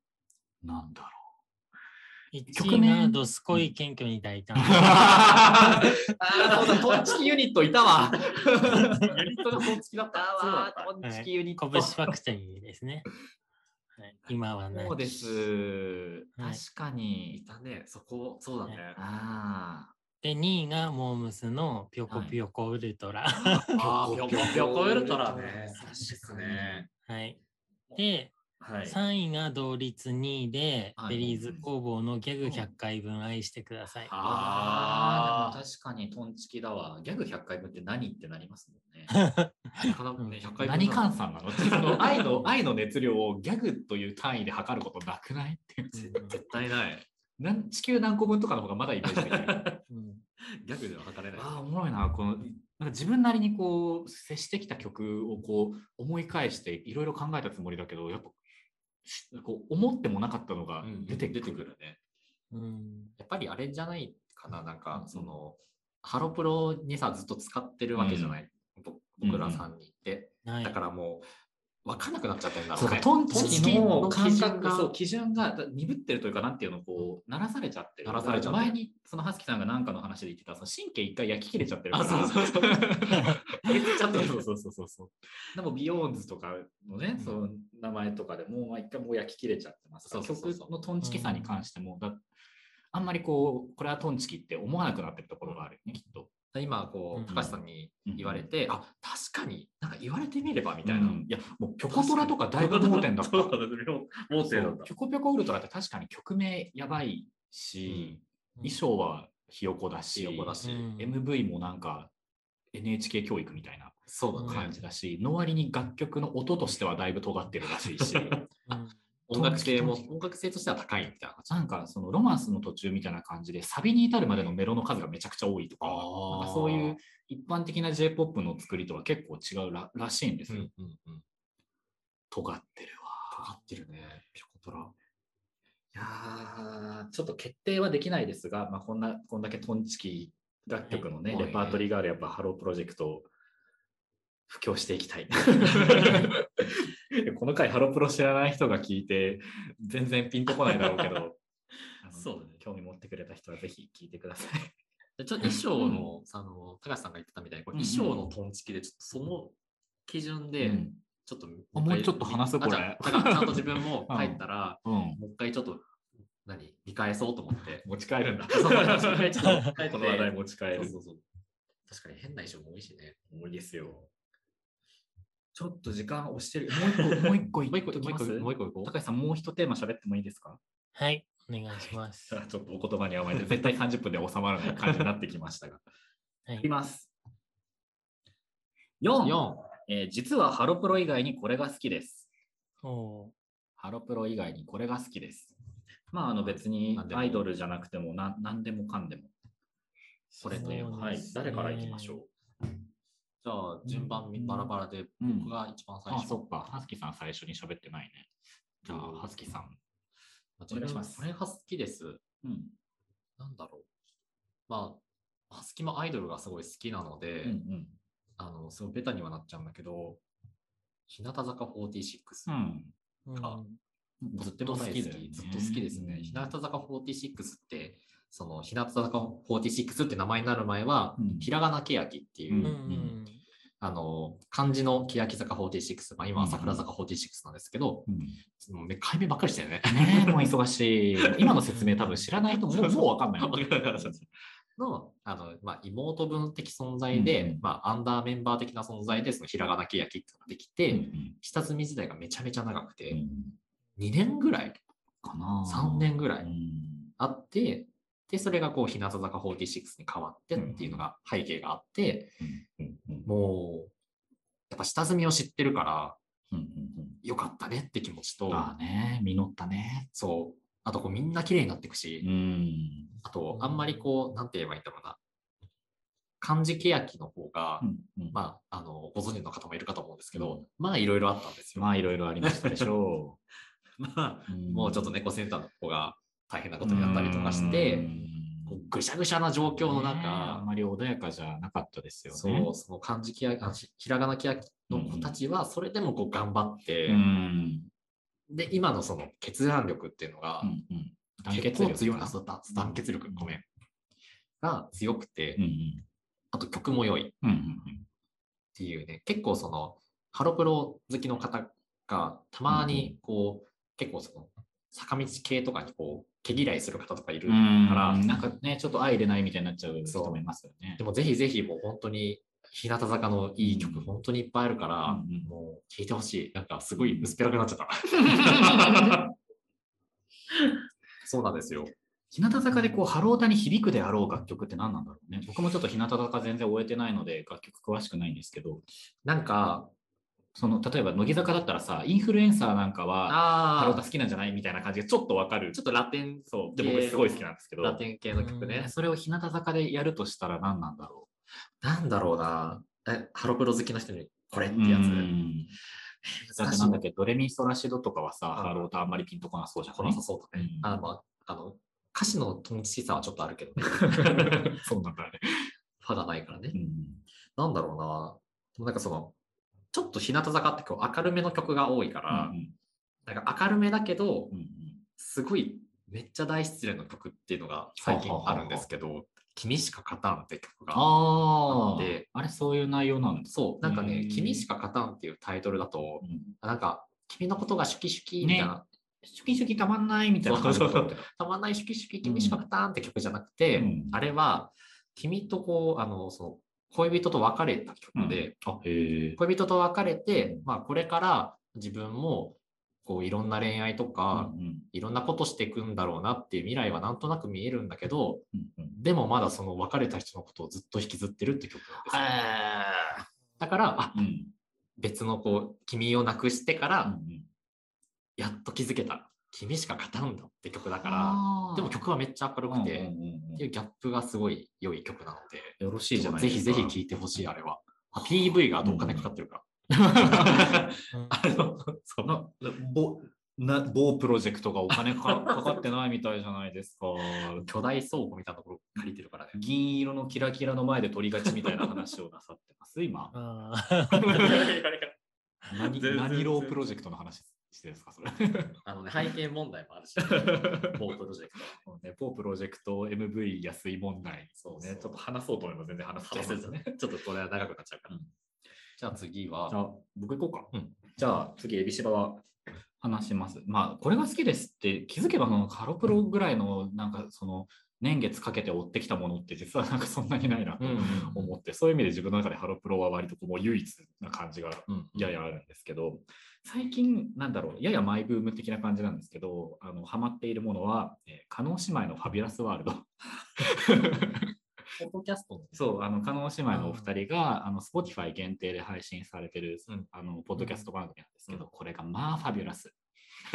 う。1位がドスコイ謙虚に大胆。 そうだ、トンチキユニットいたわ。ユニットがトンチキだったわ。トンチキユニット。 拳ファクトリーですね。今はない。 そうです。確かに。 いたね。そうだね。 で、2位がモームスのピョコピョコウルトラ。 ピョコピョコウルトラね。確かね。 はい。で、3位が同率2位で、ベリーズ工房のギャグ100回分愛してください。 でも確かにトンチキだわ。ギャグ100回分って何ってなりますもんね。何換算なの？その愛の熱量をギャグという単位で測ることなくないっていう。 絶対ない。 地球何個分とかの方がまだイメージできる。 ギャグでは測れない。 おもろいな。なんか自分なりにこう接してきた曲をこう思い返していろいろ考えたつもりだけど、やっぱこう思ってもなかったのが出てくるね。 やっぱりあれじゃないかな。なんかそのハロプロにさずっと使ってるわけじゃない。僕ら3人って。だからもう分かんなくなっちゃってるんだろうね。 トンチキの感覚が基準が鈍ってるというか、なんていうの、こう鳴らされちゃってる。前にそのハスキさんが何かの話で言ってた、その神経一回焼き切れちゃってるから。でもビヨーンズとかのね、その名前とかでもう一回もう焼き切れちゃってます。曲のトンチキさに関しても、あんまりこうこれはトンチキって思わなくなってるところがあるよね、きっと。 今こう高橋さんに言われて、確かになんか言われてみればみたいな。いやもうピョコトラとかだいぶ盲点だった。盲点だった。ピョコピョコウルトラって確かに曲名やばいし、衣装はひよこだし、MV もなんか NHK 教育みたいな感じだし、の割に楽曲の音としてはだいぶ尖ってるらしいし。音楽性としては高いみたいな。なんかそのロマンスの途中みたいな感じでサビに至るまでのメロの数がめちゃくちゃ多いとか、なんかそういう一般的な J-POP の作りとは結構違う らしいんですよ。尖ってるわ。 尖ってるね、ピョコトラ。 いやちょっと決定はできないですが、こんだけトンチキ楽曲のね、レパートリーがあるやっぱハロープロジェクトを布教していきたい。この回ハロプロ知らない人が聞いて全然ピンとこないだろうけど、そうだね、興味持ってくれた人はぜひ聞いてください。 ちょっと衣装の、高橋さんが言ってたみたいに、衣装のトンチキでちょっとその基準でちょっともうちょっと話すこれ。 ちゃんと自分も帰ったら、もう一回ちょっと見返そうと思って持ち帰るんだ。 この話題持ち帰る。 確かに変な衣装も多いしね。 多いですよ。ちょっと時間押してる。もう一個行きます。高橋さん、もう一テーマ喋ってもいいですか？ はい、お願いします。 ちょっとお言葉に甘えて、絶対30分で収まる感じになってきましたが。いきます。4、実はハロプロ以外にこれが好きです。ハロプロ以外にこれが好きです。別にアイドルじゃなくても何でもかんでも。これという、誰からいきましょう。 じゃあ順番バラバラで僕が一番最初。 そっか、ハスキさん最初に喋ってないね。じゃあハスキさんお願いします。これが好きです。なんだろう。ハスキもアイドルがすごい好きなので、 すごいベタにはなっちゃうんだけど、日向坂46が、ずっと好き、ずっと好きですね。日向坂46って、その日向坂46って名前になる前は、ひらがなけやきっていう、漢字の欅坂46、今は桜坂46なんですけど、解明ばっかりしたよね。 もう忙しい。今の説明多分知らない人もうわかんない。 の、妹分的存在で、アンダーメンバー的な存在で、そのひらがなけやきっていうのができて、下積み時代がめちゃめちゃ長くて、2年ぐらいかな、3年ぐらいあって、で、それがこう、日向坂46に変わってっていうのが背景があって、もう、やっぱ下積みを知ってるから、よかったねって気持ちと、 実ったね。 そう。あとこうみんな綺麗になっていくし、あとあんまりこう、なんて言えばいいんだろうな。漢字けやきの方が、ご存知の方もいるかと思うんですけど、いろいろあったんですよ。 いろいろありましたでしょう。もうちょっと猫センターの方が大変なことになったりとかして、ぐしゃぐしゃな状況の中、 あまり穏やかじゃなかったですよね。 そう、その漢字けやき、ひらがなけやきの子たちは、それでもこう頑張って、で、今のその決断力っていうのが、結構強いな、団結力、ごめん。が強くて、あと曲も良い。っていうね、結構その、ハロプロ好きの方が、たまにこう、結構その、坂道系とかにこう、毛嫌いする方とかいるから、 なんかね、ちょっと相入れないみたいになっちゃう人もいますよね。 でもぜひぜひもう本当に、日向坂のいい曲、本当にいっぱいあるから、もう聴いてほしい。なんかすごい薄っぺらくなっちゃった。そうなんですよ。 日向坂でこう、ハロータに響くであろう楽曲って何なんだろうね。僕もちょっと日向坂全然終えてないので、楽曲詳しくないんですけど、 なんか、 例えば乃木坂だったらさ、インフルエンサーなんかはハロータ好きなんじゃないみたいな感じがちょっとわかる。 ちょっとラテン、 そう。で僕すごい好きなんですけど。 ラテン系の曲ね。 それを日向坂でやるとしたら何なんだろう。なんだろうな。ハロプロ好きの人にこれってやつ。 だってなんだっけ、ドレミソラシドとかはさ、ハロータあんまりピンとこなそうじゃん。 こなさそうだね。歌詞のトンチさはちょっとあるけどね。 そうなんだね。 歯がないからね。なんだろうな。でもなんかその、ちょっと日向坂ってこう明るめの曲が多いから、なんか明るめだけど、すごいめっちゃ大失恋の曲っていうのが最近あるんですけど、君しか勝たんって曲があって、 あれそういう内容なんです。 そう、なんかね、君しか勝たんっていうタイトルだと、なんか、君のことがシュキシュキみたいな。 シュキシュキたまんないみたいな感じ。 たまんないシュキシュキ君しか勝たんって曲じゃなくて、あれは、君とこう、その恋人と別れた曲で、恋人と別れて、これから自分もこういろんな恋愛とか、いろんなことしていくんだろうなっていう未来はなんとなく見えるんだけど、でもまだその別れた人のことをずっと引きずってるって曲なんですよ。だから、別のこう君を亡くしてから、やっと気づけた。君しか勝たんだって曲だから、でも曲はめっちゃ明るくて、っていうギャップがすごい良い曲なので、 よろしいじゃないですか。 ぜひぜひ聴いてほしい、あれは。PV があとお金かかってるから。 某プロジェクトがお金かかってないみたいじゃないですか。 巨大倉庫みたいなところ借りてるからね。 銀色のキラキラの前で撮りがちみたいな話をなさってます、今。何ロープロジェクトの話ですか、それ。 背景問題もあるし、某プロジェクト。 某プロジェクト MV 安い問題。そうね、ちょっと話そうと思えば全然話せますね。 ちょっとこれは長くなっちゃうから。じゃあ次は。 じゃあ、僕行こうか。じゃあ次、エビシバは話します。これが好きですって気づけば、ハロプロぐらいの、なんかその、年月かけて追ってきたものって実はなんかそんなにないなと思って、そういう意味で自分の中でハロプロは割ともう唯一な感じがややあるんですけど、最近なんだろう、ややマイブーム的な感じなんですけど、ハマっているものは、叶姉妹のファビュラスワールド。 ポッドキャストそう、叶姉妹のお二人が、Spotify 限定で配信されてる、ポッドキャスト番組なんですけど、これがファビュラス。 フ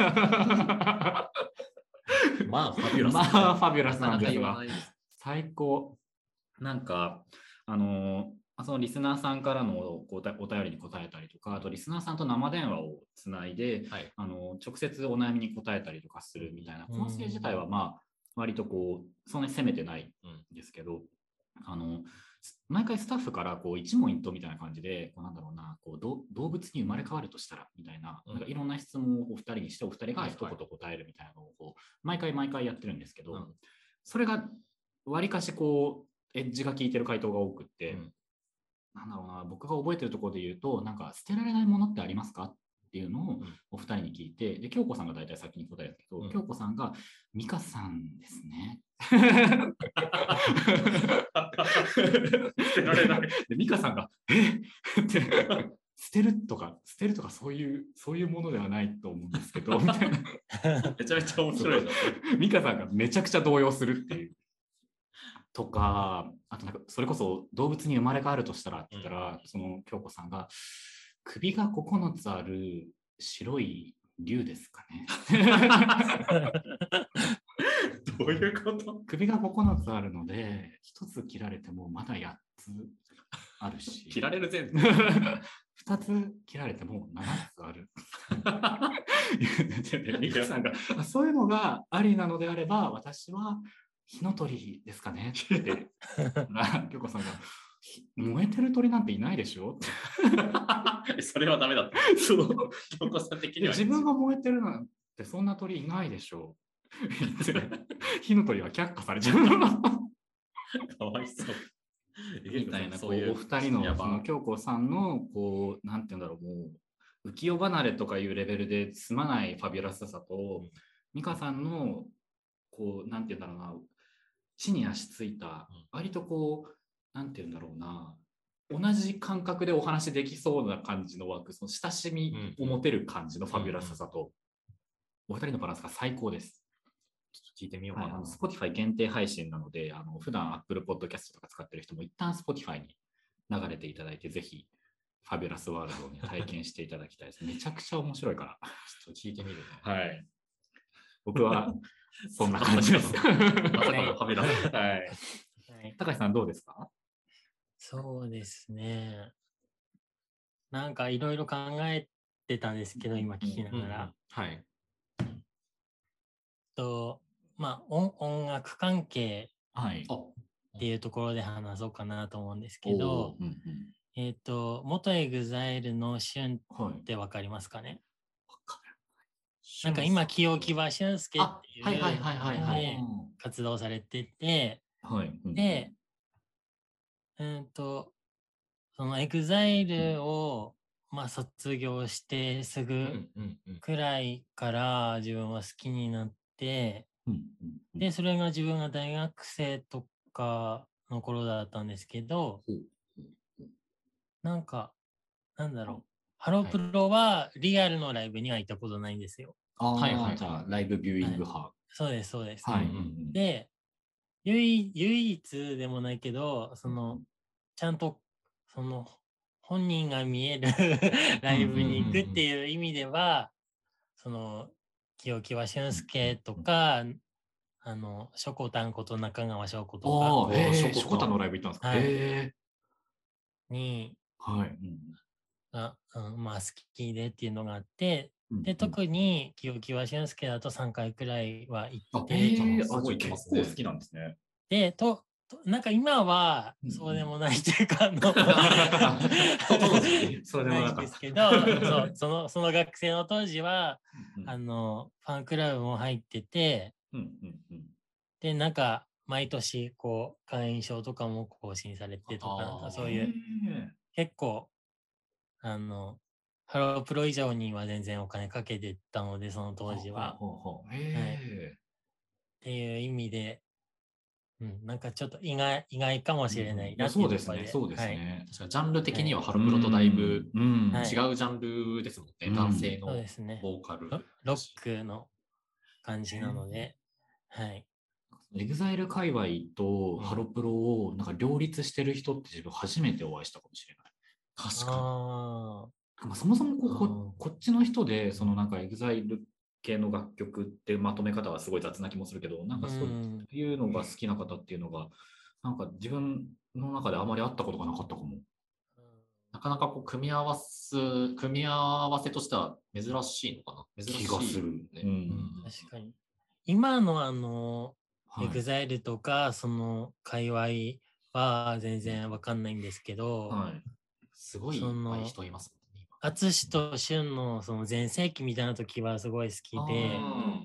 ァビュラス。 ファビュラスなんですが、最高。なんか、そのリスナーさんからのお便りに答えたりとか、あとリスナーさんと生電話をつないで、直接お悩みに答えたりとかするみたいな、構成自体は割とこう、そんなに攻めてないんですけど、 毎回スタッフからこう一問一答みたいな感じで、こうなんだろうな、こう動物に生まれ変わるとしたらみたいな、なんかいろんな質問をお二人にして、お二人が一言答えるみたいなのをこう毎回やってるんですけど、それがわりかしこうエッジが効いてる回答が多くって、なんだろうな、僕が覚えてるところで言うと、なんか捨てられないものってありますかっていうのをお二人に聞いて、で京子さんが大体先に答えるんですけど、京子さんが美香さんですね。捨てられない。で美香さんがって捨てるとかそういうものではないと思うんですけどみたいな。 めちゃめちゃ面白い。 美香さんがめちゃくちゃ動揺するっていう。とか、あとなんかそれこそ動物に生まれ変わるとしたらって言ったら、その京子さんが首が9つある白い竜ですかね。 どういうこと？ 首が9つあるので、1つ切られてもまだ8つあるし、 切られる前提。 2つ切られても7つある。ミカさんがそういうのがありなのであれば、私は火の鳥ですかねって。京子さんが燃えてる鳥なんていないでしょ。 それはダメだった。そう。京子さん的には自分が燃えてるなんてそんな鳥いないでしょ。火の鳥は却下されちゃう。 かわいそう。 みたいな、こうお二人のその京子さんのこうなんていうんだろう、もう浮世離れとかいうレベルで済まないファビュラスさと、美香さんのこうなんていうんだろうな、地に足ついた割とこうなんていうんだろうな、同じ感覚でお話できそうな感じの枠、その親しみを持てる感じのファビュラスさと、お二人のバランスが最高です。 ちょっと聞いてみようかな。 Spotify 限定配信なので、普段 Apple Podcast とか使ってる人も一旦 Spotify に流れていただいて、ぜひファビュラスワールドに体験していただきたいです。めちゃくちゃ面白いから。 ちょっと聞いてみるね。 はい。僕はそんな感じです。まさかのファビュラス。はい。高橋さんどうですか？ そうですね。なんかいろいろ考えてたんですけど、今聞きながら。 はい。 まあ、音楽関係っていうところで話そうかなと思うんですけど、元EXILEの俊ってわかりますかね？なんか今、清木場俊介っていう活動されてて、で、そのEXILEを卒業してすぐくらいから自分は好きになって、で、それが自分が大学生とかの頃だったんですけど、なんか、なんだろう、ハロプロはリアルのライブには行ったことないんですよ。 じゃあライブビューイング派。 そうです、そうです。で、唯一でもないけど、ちゃんと、本人が見えるライブに行くっていう意味では、清木場俊介とか、しょこたんこと中川翔子とか。 しょこたんのライブ行ったんですか？ に、好きでっていうのがあって、で、特に清木場俊介だと3回くらいは行って、 すごい結構好きなんですね。 で、なんか今はそうでもないっていうか、そうでもないんですけど、その学生の当時は、ファンクラブも入ってて、で、なんか毎年こう会員証とかも更新されてとか、そういう結構ハロプロ以上には全然お金かけてたので、その当時は。っていう意味で、なんかちょっと意外かもしれないなっていうところで。 そうですね。 確かにジャンル的にはハロプロとだいぶ違うジャンルですもんね。男性のボーカル。 ロックの感じなので。はい。 EXILE 界隈とハロプロをなんか両立してる人って自分初めてお会いしたかもしれない。 確かに。そもそもこっちの人でそのなんか EXILE 系の楽曲ってまとめ方はすごい雑な気もするけど、なんかそういうのが好きな方っていうのがなんか自分の中であまり会ったことがなかったかも。 なかなかこう組み合わせとしては珍しいのかな。 気がするね。 確かに。今のEXILE とかその界隈は全然わかんないんですけど、 はい、すごい人いますもんね。 淳と俊のその全盛期みたいな時はすごい好きで、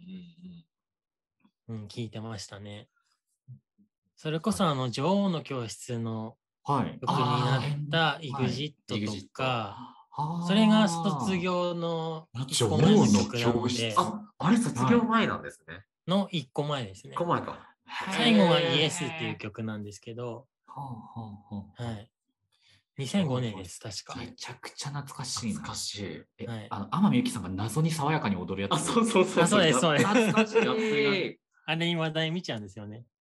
聞いてましたね。それこそ女王の教室の曲になった EXIT とか、それが卒業の 1個前の曲なので、あれ卒業前なんですね。 の1個前ですね。 1個前か。 最後は ES っていう曲なんですけど、はい。2005年です、確か。 めちゃくちゃ懐かしい。 懐かしい。 天海祐希さんが謎に爽やかに踊るやつ。 そうです、そうです。懐かしい。あれ、今話題見ちゃうんですよね。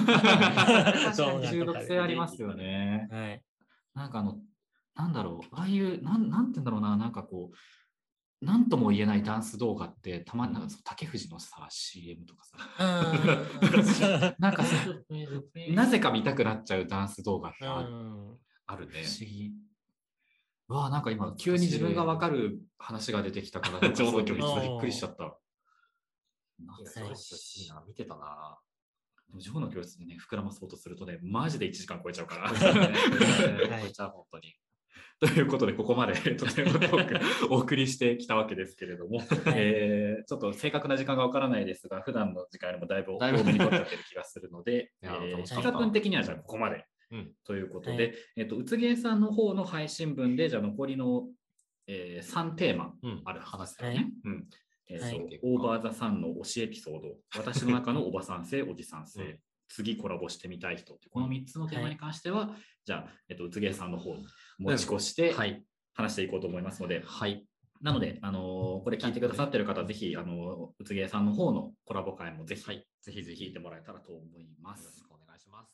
中毒性ありますよね。はい。なんかなんだろう、ああいう、なんて言うんだろうな、なんかこう、なんとも言えないダンス動画って、たまに竹藤のさ、CM とかさ、なんかなぜか見たくなっちゃうダンス動画ってあるね。不思議。わあ、なんか今、急に自分が分かる話が出てきたから、ちょうど今日びっくりしちゃった。 いいな、見てたな。 ジョーの教室でね、膨らまそうとするとね、マジで1時間超えちゃうから。超えちゃう、本当に。 ということで、ここまでとてもトークお送りしてきたわけですけれども、ちょっと正確な時間がわからないですが、普段の時間よりもだいぶ多めに取っちゃってる気がするので、ヒカ君的にはじゃあここまで、ということで、うつげーさんの方の配信分で、じゃあ残りの、3テーマある話ですね。オーバーザさんの推しエピソード、私の中のおばさん性、おじさん性、次コラボしてみたい人ってこの3つのテーマに関しては、じゃあ、うつげーさんの方に持ち越して話していこうと思いますので、なので、これ聞いてくださってる方、ぜひ、うつげーさんの方のコラボ会もぜひ聞いてもらえたらと思います。よろしくお願いします。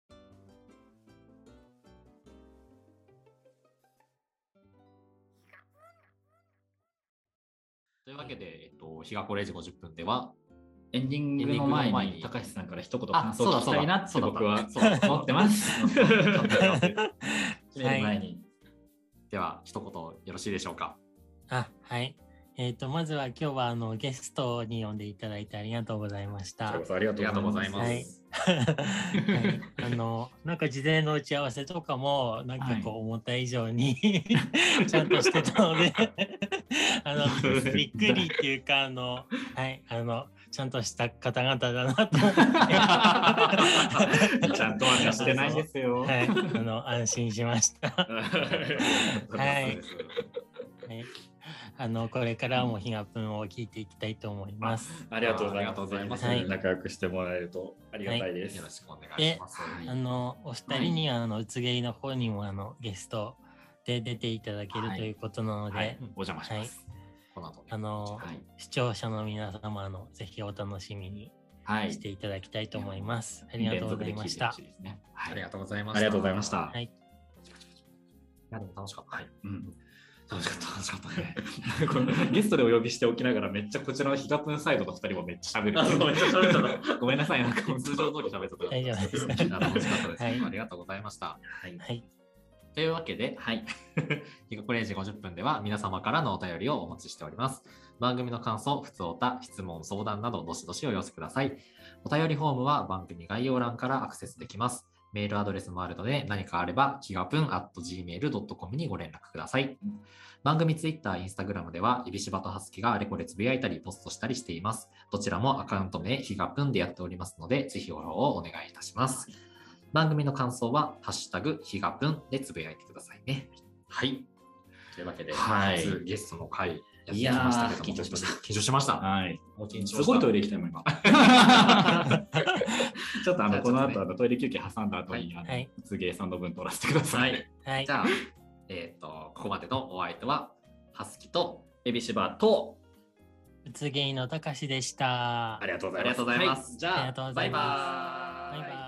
というわけで、日がこ0時50分では、 エンディングの前に高橋さんから一言感想を聞きたいなって僕は思ってます。 では、一言よろしいでしょうか。 はい。まずは今日はゲストに呼んでいただいてありがとうございました。 ありがとうございます。 なんか事前の打ち合わせとかもなんかこう思った以上にちゃんとしてたのでびっくりっていうかちゃんとした方々だなと思ってちゃんとはしてないですよ。 安心しました。これからもひがぷんを聞いていきたいと思います。 ありがとうございます。仲良くしてもらえるとありがたいです。 よろしくお願いします。 お二人にうつげいの方にもゲストで出ていただけるということなので、 お邪魔します。 視聴者の皆様ぜひお楽しみにしていただきたいと思います。ありがとうございました。 ありがとうございました。 ありがとうございました。 いや、でも楽しかった。 楽しかったね。ゲストでお呼びしておきながらめっちゃこちらのヒガプンサイドの2人もめっちゃ喋る。ごめんなさい、なんか通常通り喋ってた。 大丈夫です。 楽しかったです。ありがとうございました。というわけで、ヒガコ0時50分では皆様からのお便りをお待ちしております。番組の感想、ふつおた、質問、相談などどしどしお寄せください。お便りフォームは番組概要欄からアクセスできます。メールアドレスもあるので、何かあれば、ひがぷん@gmail.com にご連絡ください。番組ツイッター、インスタグラムでは、いびしばとはすきがあれこれつぶやいたり、ポストしたりしています。どちらもアカウント名、ひがぷんでやっておりますので、ぜひフォローをお願いいたします。番組の感想は、ハッシュタグ、ひがぷんでつぶやいてくださいね。というわけで、初ゲストの回、やってきましたけど、緊張しました。緊張しました。 すごいトイレ行きたいもん、今。ちょっとこの後トイレ休憩挟んだ後にうつげーさんの分取らせてください。 じゃあ、ここまでのお相手ははすきとえびしばとうつげーのたかしでした。 ありがとうございます。 じゃあ、バイバーイ。